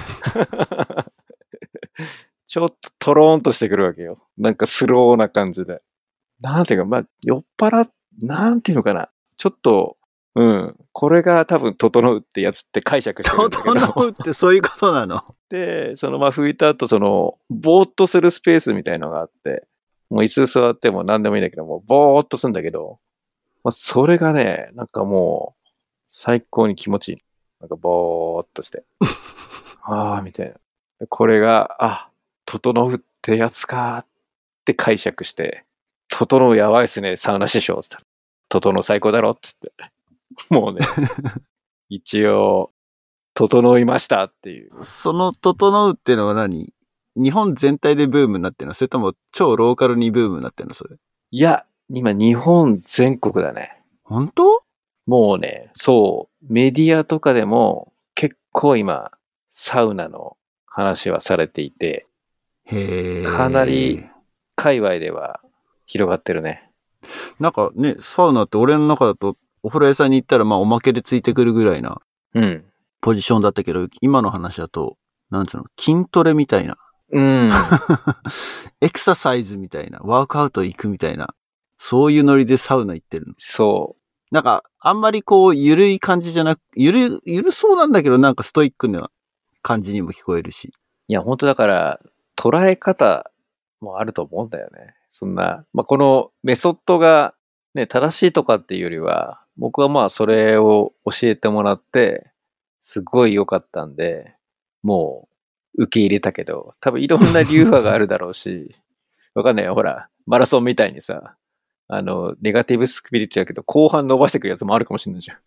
ちょっとトローンとしてくるわけよ。なんかスローな感じで。なんていうか、酔っ払なんていうのかな。ちょっと、これが多分、整うってやつって解釈してるんだけど。 整うってそういうことなの？ で、拭いた後、ぼーっとするスペースみたいのがあって、もう椅子座っても何でもいいんだけど、もうぼーっとするんだけど、それがね、なんかもう、最高に気持ちいい。なんかぼーっとして。あー、みたいな。これが、整うってやつかーって解釈して、整うやばいっすね、サウナ師匠って言ったら。整う最高だろっつって。もうね、一応、整いましたっていう。 その整うっていうのは何？日本全体でブームになってるの？それとも超ローカルにブームになってるのそれ？ いや、今日本全国だね。 本当？ もうね、そう、メディアとかでも結構今、サウナの話はされていて、かなり界隈では広がってるね。 なんかね、サウナって俺の中だとお風呂屋さんに行ったらおまけでついてくるぐらいなポジションだったけど、今の話だと、なんつうの、筋トレみたいな。エクササイズみたいな、ワークアウト行くみたいな、そういうノリでサウナ行ってるの。 そう。 なんか、あんまりゆるい感じじゃなく、ゆるそうなんだけど、なんかストイックな感じにも聞こえるし。 いや、本当だから、捉え方もあると思うんだよね。そんな、このメソッドがね、正しいとかっていうよりは、僕はそれを教えてもらって、すごい良かったんで、もう受け入れたけど、多分いろんな流派があるだろうし、わかんないよ。ほら、マラソンみたいにさ、ネガティブスピリッツやけど、後半伸ばしていくやつもあるかもしれないじゃん。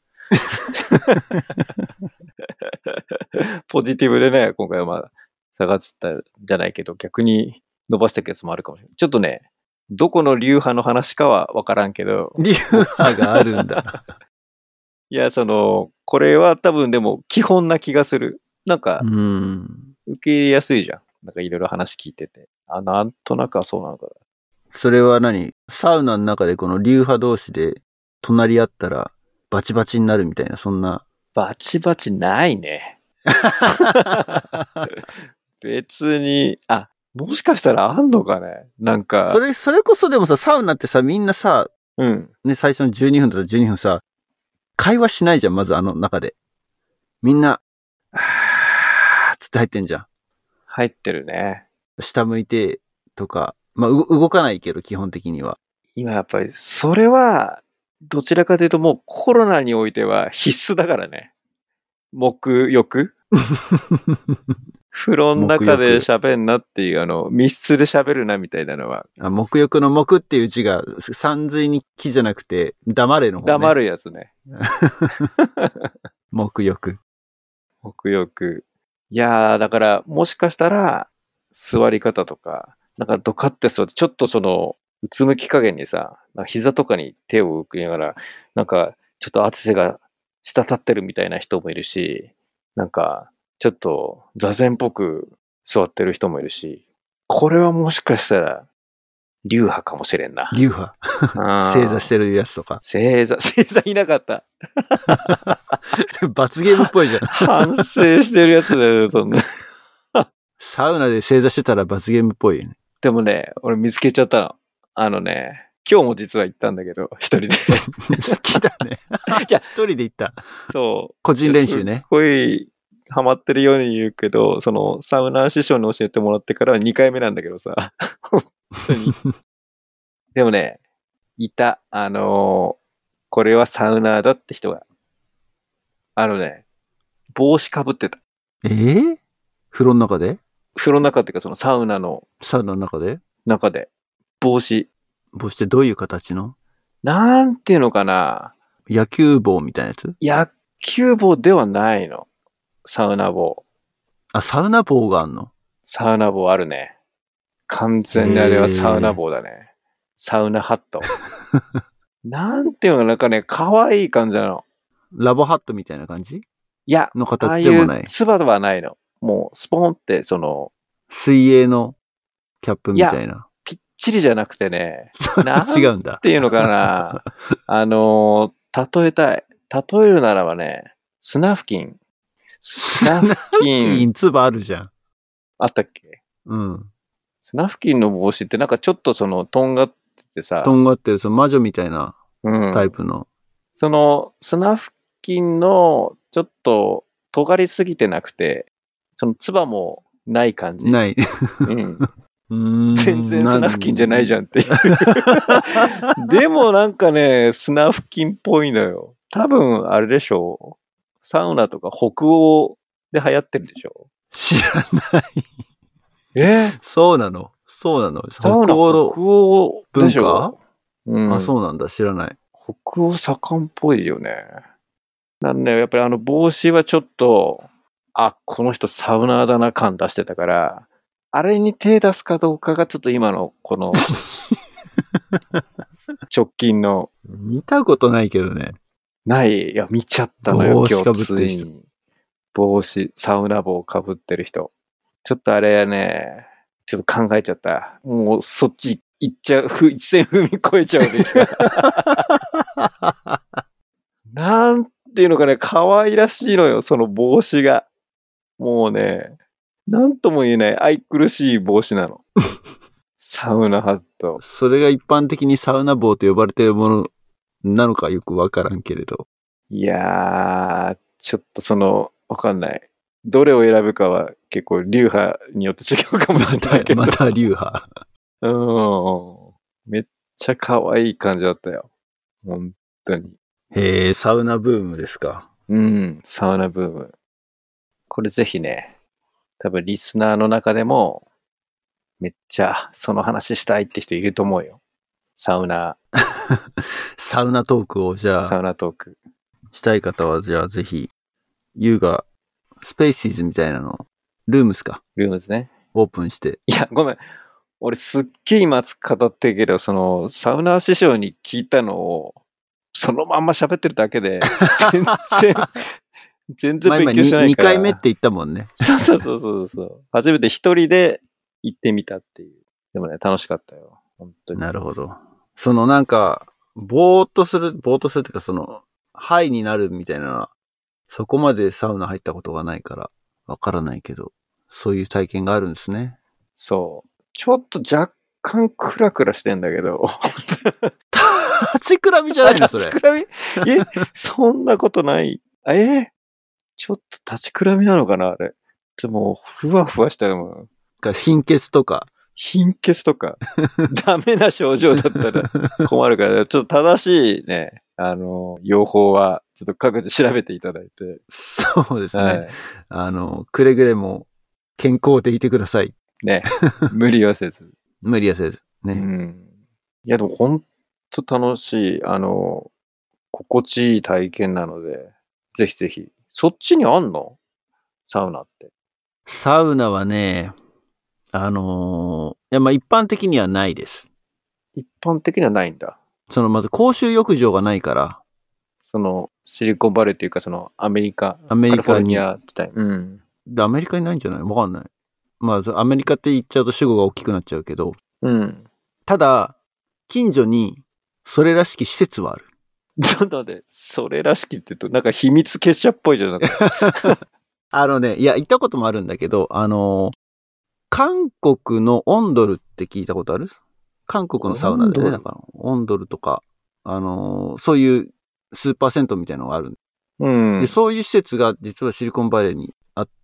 ポジティブでね、今回は下がったじゃないけど、逆に伸ばしていくやつもあるかもしれない。ちょっとね、どこの流派の話かはわからんけど。 流派があるんだ。 いや、これは多分でも基本な気がする。なんか、受け入れやすいじゃん。なんかいろいろ話聞いてて。なんとなくはそうなのかな。 それはサウナの中でこの流派同士で隣り合ったらバチバチになるみたいな、そんな。 バチバチないね。別に、もしかしたらあんのかね。なんか。 それこそでもさ、サウナってさ、みんなさ、ね、最初の12分だったら12分さ、会話しないじゃん、まず中で。 みんな、つって入ってんじゃん。 入ってるね。 下向いてとか、まあ、動かないけど、基本的には。 今やっぱり、それは、どちらかというともうコロナにおいては必須だからね。沐浴風呂の中で喋んなっていう、密室で喋るなみたいなのは。 沐浴の沐っていう字が、三髄に木じゃなくて、黙れの方ね。 黙るやつね。 沐浴。 沐浴。いやー、だから、もしかしたら、座り方とか、なんかドカって座って、ちょっとうつむき加減にさ、膝とかに手を置きながら、なんか、ちょっと汗が滴ってるみたいな人もいるし、なんか、ちょっと座禅っぽく座ってる人もいるし、これはもしかしたら、流派かもしれんな。 流派正座してるやつとか。 正座いなかった。 罰ゲームっぽいじゃん。 反省してるやつだよ、そんな。 サウナで正座してたら罰ゲームっぽいよね。 でもね、俺見つけちゃったの。今日も実は行ったんだけど、一人で。 好きだね。じゃあ、一人で行った。 そう。 個人練習ね。 すごい、ハマってるように言うけど、サウナ師匠に教えてもらってからは2回目なんだけどさ。本当に。でもね、いた。これはサウナーだって人が。帽子かぶってた。 風呂の中で？ 風呂の中っていうか、サウナの中で？ 中で。帽子ってどういう形の？ なんていうのかな。 野球帽みたいなやつ？ 野球帽ではないの。サウナ帽。 サウナ帽があんの？ サウナ帽あるね。完全にあれはサウナ帽だね。サウナハット。なんていうのかな、なんかね、可愛い感じなの。 ラボハットみたいな感じ？ いや、 の形でもない。 ああいうつばはないの。もう、スポンって水泳のキャップみたいな。 ぴっちりじゃなくてね。 違うんだ。 っていうのかな。例えたい。例えるならばね、スナフキン。 スナフキンつばあるじゃん。 あったっけ？ うん。 スナフキンの帽子ってなんかちょっととんがっててさ。 とんがってる、魔女みたいなタイプの。 スナフキンのちょっと尖りすぎてなくて、つばもない感じ。 ない。 うん。全然スナフキンじゃないじゃんっていう。でもなんかね、スナフキンっぽいのよ。多分あれでしょう。サウナとか北欧で流行ってるでしょ。 知らない。そうなの？北欧の文化？そうなんだ。知らない。 北欧盛んっぽいよね。なんで、やっぱり帽子はちょっと、この人サウナーだな感出してたから、あれに手出すかどうかがちょっと今のこの直近の。 見たことないけどね。 ない。いや、見ちゃったのよ、今日ついに。帽子、サウナ帽かぶってる人。ちょっとあれね、ちょっと考えちゃった。もうそっち行っちゃう、一線踏み越えちゃうでしょ。なんていうのかね、可愛らしいのよ、その帽子が。もうね、なんとも言えない愛くるしい帽子なの。サウナハット。 それが一般的にサウナ帽と呼ばれているものなのかよくわからんけれど。 いやー、ちょっとわかんない。どれを選ぶかは結構流派によって違うかもしれないけど。 また流派。 めっちゃ可愛い感じだったよ。本当に。 へえ、サウナブームですか。 サウナブーム。これぜひね、多分リスナーの中でも、めっちゃその話したいって人いると思うよ。サウナトークをじゃあ。 サウナトーク。 したい方はじゃあぜひ、ユーがスペーシーズみたいなの、ルームスか。 ルームズね。 オープンして。 いや、ごめん。俺すっげえ今語ってるけど、サウナー師匠に聞いたのを、そのまんま喋ってるだけで、全然勉強してないから。 2回目って言ったもんね。 そう。初めて一人で行ってみたっていう。でもね、楽しかったよ。本当に。 なるほど。なんか、ぼーっとするっていうかハイになるみたいな、そこまでサウナ入ったことがないから、わからないけど、そういう体験があるんですね。 そう。ちょっと若干クラクラしてんだけど。 立ちくらみじゃないのそれ。 立ちくらみ？そんなことない。 ちょっと立ちくらみなのかなあれ。もう、ふわふわしたよ。 貧血とか。 貧血とか。ダメな症状だったら困るから、ちょっと正しいね、用法は、ちょっと各自調べていただいて。 そうですね。はい、くれぐれも健康でいてください。 ね。無理はせず。 無理はせず。ね。 うん。いや、でもほんと楽しい、心地いい体験なので、ぜひぜひ。そっちにあんの？サウナって。 サウナはね、いや、まあ、一般的にはないです。 一般的にはないんだ。 まず公衆浴場がないから。 シリコンバレーというか、アメリカに。カリフォルニア自体。うん。 アメリカにないんじゃない？わかんない。まあ、アメリカって言っちゃうと主語が大きくなっちゃうけど。 うん。ただ、近所に、それらしき施設はある。 ちょっと待って、それらしきって言うと、なんか秘密結社っぽいじゃなくて。 いや、行ったこともあるんだけど、韓国のオンドルって聞いたことある？韓国のサウナでね、だから、オンドルとか、そういうスーパー銭湯みたいなのがある。 うん。 で、そういう施設が実はシリコンバレーにあって、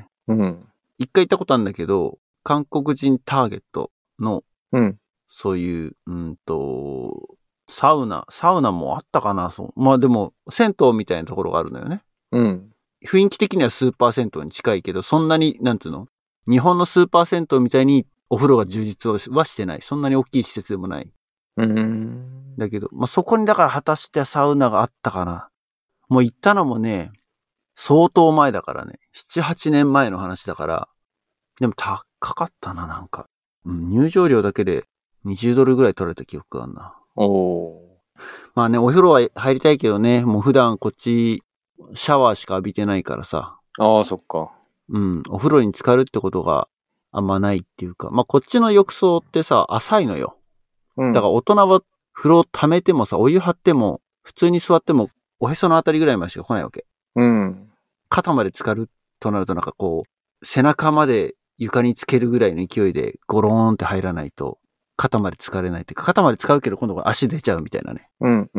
うん。 一回行ったことあるんだけど、韓国人ターゲットの、 うん。 そういう、サウナもあったかな、そう。まあでも、銭湯みたいなところがあるのよね。 うん。 雰囲気的にはスーパー銭湯に近いけど、そんなに、なんつうの？日本のスーパー銭湯みたいにお風呂が充実はしてない。そんなに大きい施設でもない。だけど、まあ、そこにだから果たしてサウナがあったかな。もう行ったのもね、相当前だからね。7、8年前の話だから。でも高かったな、なんか。入場料だけで20ドルぐらい取られた記憶があるな。まあね、お風呂は入りたいけどね、もう普段こっち、シャワーしか浴びてないからさ。 ああ、そっか。 お風呂に浸かるってことがあんまないっていうか。まあこっちの浴槽ってさ、浅いのよ。だから大人は風呂溜めてもさ、お湯張っても、普通に座っても、おへそのあたりぐらいまでしか来ないわけ。肩まで浸かるとなるとなんかこう、背中まで床につけるぐらいの勢いでゴローンって入らないと、肩まで浸かれないっていうか、肩まで浸かるけど今度は足出ちゃうみたいなね。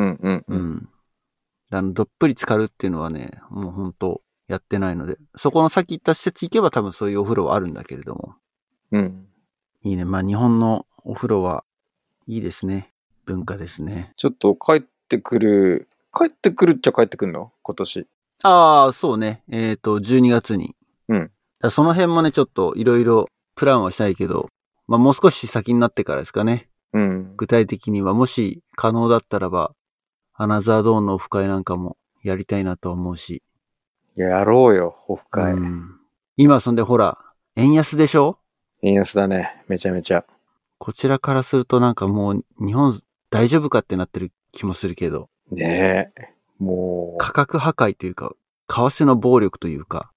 どっぷり浸かるっていうのはね、もうほんとやってないので、そこのさっき言った施設行けば多分そういうお風呂はあるんだけれども。いいね。まあ日本のお風呂はいいですね。文化ですね。 ちょっと帰ってくるっちゃ帰ってくるの？今年。 ああ、そうね。12月に。その辺もね、ちょっといろいろプランはしたいけど、まあもう少し先になってからですかね。具体的にはもし可能だったらば、アナザードーンのオフ会なんかもやりたいなと思うし。 やろうよ、オフ会。 今そんでほら、円安でしょ？ 円安だね。めちゃめちゃ。 こちらからするとなんかもう日本大丈夫かってなってる気もするけど。 ねえ。もう。 価格破壊というか、為替の暴力というか。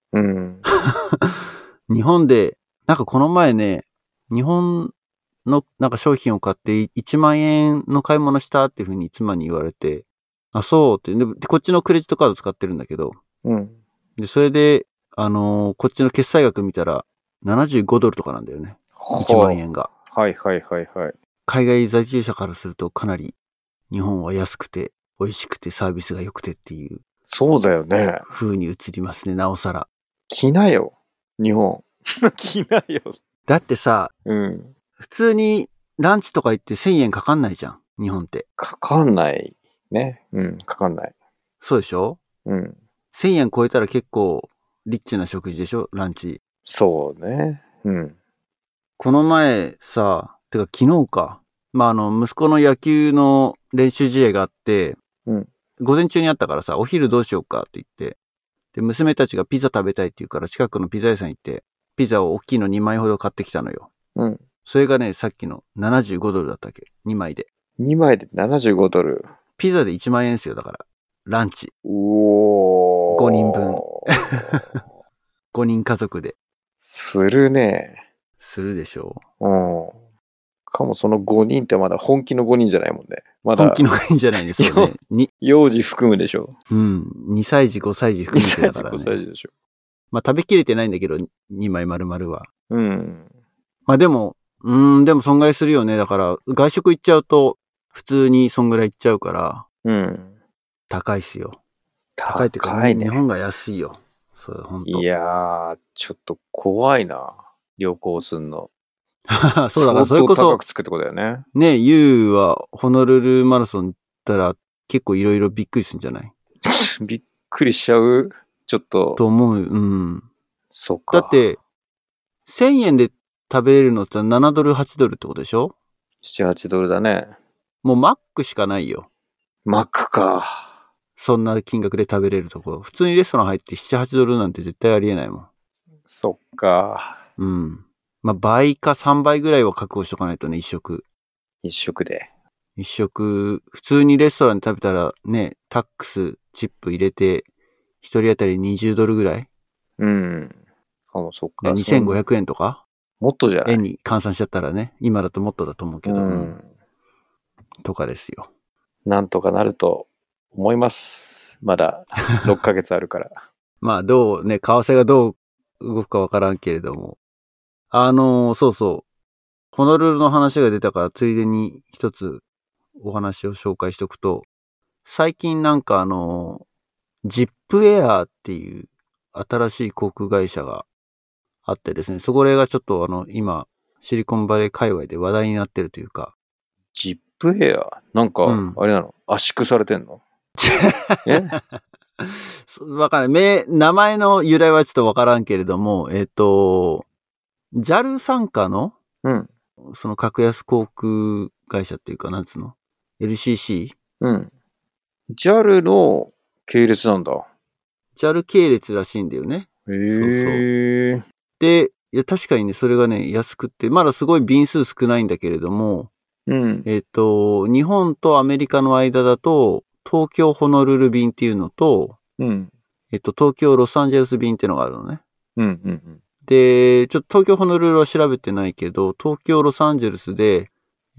日本で、なんかこの前ね、日本のなんか商品を買って1万円の買い物したっていう風に妻に言われて、あ、そうって。で、こっちのクレジットカード使ってるんだけど。で、それで、こっちの決済額見たら、75ドルとかなんだよね。1万円が。 はい。 海外在住者からするとかなり日本は安くて美味しくてサービスが良くてっていう。 そうだよね。 風に映りますね、なおさら。 来なよ、日本。来なよ。 だってさ、普通にランチとか行って1000円かかんないじゃん、日本って。 かかんないね。かかんない。 そうでしょ？1000円超えたら結構リッチな食事でしょ、ランチ。 そうね。 この前さ、てか昨日か。まあ、息子の野球の練習試合があって、午前中にあったからさ、お昼どうしようかって言って、で、娘たちがピザ食べたいって言うから近くのピザ屋さん行って、ピザを大きいの2枚ほど買ってきたのよ。それがね、さっきの75ドルだったっけ？ 2 枚で。 2枚で75ドル。 ピザで1万円ですよ、だから。ランチ。 5 人分。5人家族で。 するね。 するでしょう。かもその5人ってまだ本気の5人じゃないもんね。まだ本気の5人じゃないね。そうね。 幼児含むでしょ。 2歳児、5歳児含めてだからね。 2歳児、5歳児でしょ。 まあ食べきれてないんだけど、2枚丸々は。 まあでも、でも損害するよね。だから、外食行っちゃうと、普通にそんぐらい行っちゃうから。高いっすよ。高いってか、日本が安いよ。 そう、ほんと。 いやー、ちょっと怖いな。旅行すんの。 そうだから、それこそ。 相当高くつくってことだよね。 ね、ユウはホノルルマラソン行ったら結構いろいろびっくりするんじゃない？ びっくりしちゃう？ちょっと。 と思う。うん。 そうか。 だって、1000円で食べれるのって7ドル、8ドルってことでしょ？ 7、8ドルだね。 もうマックしかないよ。 マックか。 そんな金額で食べれるところ。普通にレストラン入って7、8ドルなんて絶対ありえないもん。 そっか。 うん。まあ、倍か3倍ぐらいは確保しとかないとね、一食。 一食で。 一食、普通にレストランで食べたらね、タックス、チップ入れて、一人当たり20ドルぐらい？ うん。そっか。 2500円とか？ もっとじゃない？ 円に換算しちゃったらね、今だともっとだと思うけど、 うん。 とかですよ。 なんとかなると思います。まだ6ヶ月あるから。 まあ、どうね、為替がどう動くかわからんけれども。そうそう。ホノルルの話が出たから、ついでに一つお話を紹介しておくと、最近なんかジップエアーっていう新しい航空会社があってですね、そこがちょっと今、シリコンバレー界隈で話題になってるというか。 ジップエアなんか、あれなの、圧縮されてんの？えわかんない。名前の由来はちょっとわからんけれども、JAL 傘下の、その格安航空会社っていうか、なんつうの？ LCC？ うん。JAL の系列なんだ。 JAL 系列らしいんだよね。 へえ。 そうそう。で、いや、確かにね、それがね、安くって、まだすごい便数少ないんだけれども、 うん。 日本とアメリカの間だと、東京ホノルル便っていうのと、 うん。 東京ロサンゼルス便っていうのがあるのね。 うん、うん、 で、ちょっと東京ホノルルは調べてないけど、東京ロサンゼルスで、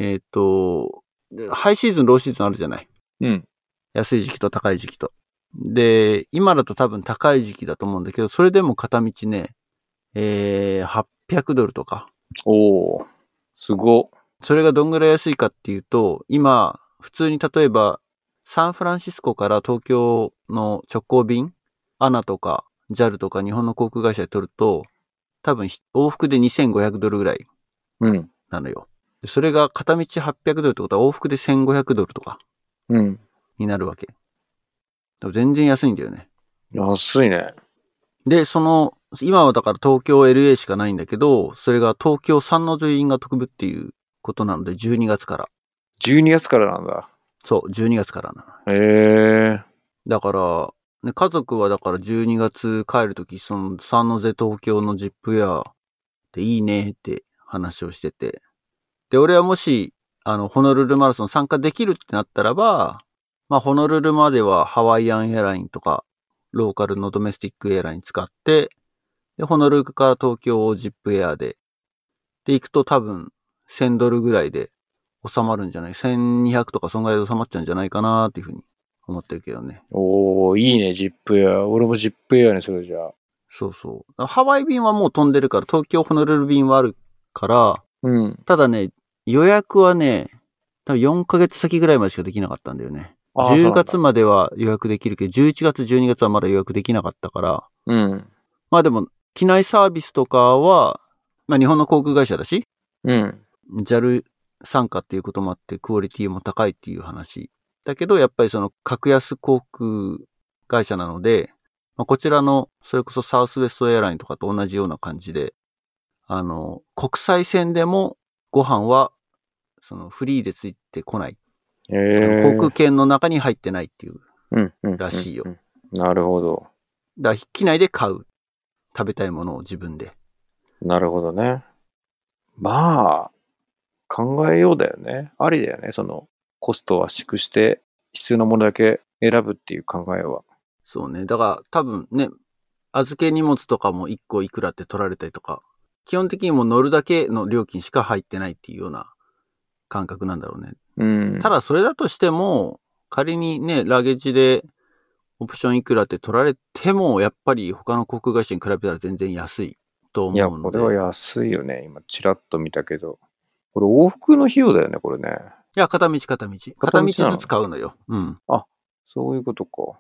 ハイシーズン、ローシーズンあるじゃない。 うん。 安い時期と高い時期と。で、今だと多分高い時期だと思うんだけど、それでも片道ね、800ドルとか。 おー、すご。 それがどんぐらい安いかっていうと、今、普通に例えば、サンフランシスコから東京の直行便、アナとか JAL とか日本の航空会社で取ると、多分往復で2500ドルぐらいなのよ。それが片道800ドルってことは往復で1500ドルとかになるわけ。全然安いんだよね。 安いね。 で、今はだから東京 LA しかないんだけど、それが東京三ノ瀬便が飛ぶっていうことなので、12月から。 12月からなんだ。 そう、12月からなの。へえ。 だから、ね、家族はだから12月帰るとき、その三ノ瀬東京のジップエアでいいねって話をしてて。で、俺はもし、ホノルルマラソン参加できるってなったらば、まあ、ホノルルまではハワイアンエアラインとか、ローカルのドメスティックエアライン使って、で、ホノルルから東京をジップエアで、で、行くと多分、1000ドルぐらいで収まるんじゃない？ 1200 とかそんぐらいで収まっちゃうんじゃないかなっていうふうに思ってるけどね。 おー、いいね、ジップエア。俺もジップエアにするじゃあ。 そうそう。ハワイ便はもう飛んでるから、東京ホノルル便はあるから、 うん。 ただね、予約はね、多分4ヶ月先ぐらいまでしかできなかったんだよね。10月までは予約できるけど、11月、12月はまだ予約できなかったから。 うん。 まあでも、機内サービスとかは、まあ日本の航空会社だし、 うん。 JAL 参加っていうこともあって、クオリティも高いっていう話。だけど、やっぱりその格安航空会社なので、まあ、こちらの、それこそサウスウェストエアラインとかと同じような感じで、国際線でもご飯は、そのフリーでついてこない。航空券の中に入ってないっていうらしいよ。 なるほど。 だから機内で買う。食べたいものを自分で。 なるほどね。まあ、考えようだよね。ありだよね。その、コストを圧縮して、必要なものだけ選ぶっていう考えは。 そうね。だから多分ね、預け荷物とかも1個いくらって取られたりとか、基本的にもう乗るだけの料金しか入ってないっていうような感覚なんだろうね。 うん。 ただそれだとしても、仮にね、ラゲージでオプションいくらって取られても、やっぱり他の航空会社に比べたら全然安いと思うので。 いや、これは安いよね。今、ちらっと見たけど。これ往復の費用だよね、これね。 いや、片道。片道ずつ買うのよ。うん。 あ、そういうことか。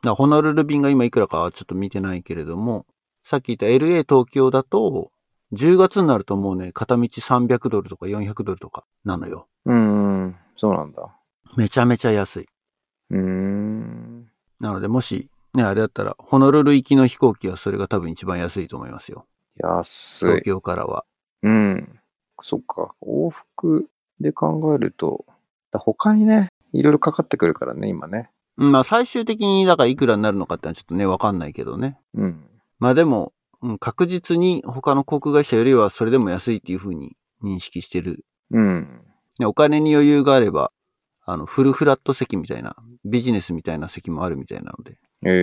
ホノルル便が今いくらかはちょっと見てないけれども、さっき言った LA 東京だと、10月になるともうね、片道300ドルとか400ドルとかなのよ。 そうなんだ。 めちゃめちゃ安い。なので、もし、ね、あれだったら、ホノルル行きの飛行機はそれが多分一番安いと思いますよ。 安い。 東京からは。 そっか。往復で考えると、他にね、いろいろかかってくるからね、今ね。 まあ、最終的に、だからいくらになるのかってのはちょっとね、わかんないけどね。まあでも、確実に他の航空会社よりはそれでも安いっていう風に認識してる。お金に余裕があれば、フルフラット席みたいな、ビジネスみたいな席もあるみたいなので。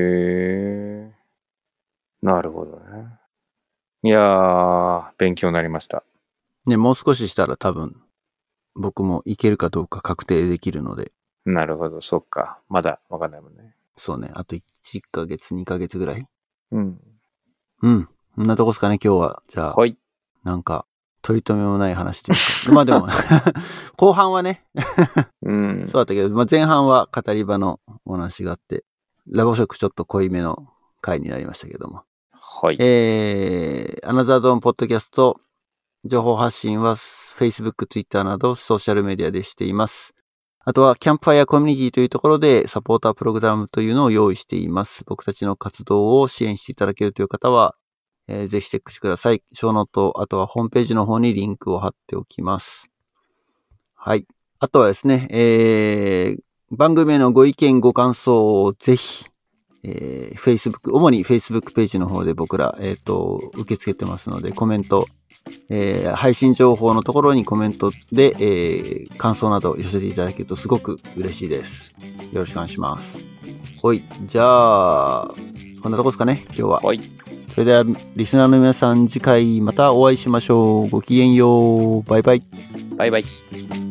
なるほどね。いやー、勉強になりました。 ね、もう少ししたら多分、僕も行けるかどうか確定できるので。 なるほど、そっか。まだわかんないもんね。 そうね、あと1ヶ月、2ヶ月ぐらい。そんなとこですかね、今日は。じゃあ、なんか、取り留めもない話というか。まあでも、後半はね、そうだったけど、まあ、前半は語り場のお話があって、ラボ色ちょっと濃いめの回になりましたけども。アナザードーンポッドキャスト、情報発信は Facebook、Twitter などソーシャルメディアでしています。あとは、キャンプファイアコミュニティというところでサポータープログラムというのを用意しています。僕たちの活動を支援していただけるという方は、ぜひチェックしてください。ショーノート、あとはホームページの方にリンクを貼っておきます。はい。あとはですね、番組へのご意見、ご感想をぜひ、Facebook、主に Facebook ページの方で僕ら、受け付けてますので、コメント、配信情報のところにコメントで、感想など寄せていただけるとすごく嬉しいです。よろしくお願いします。はい。じゃあ、こんなとこですかね、今日は。それでは、リスナーの皆さん、次回またお会いしましょう。ごきげんよう。バイバイ。 バイバイ。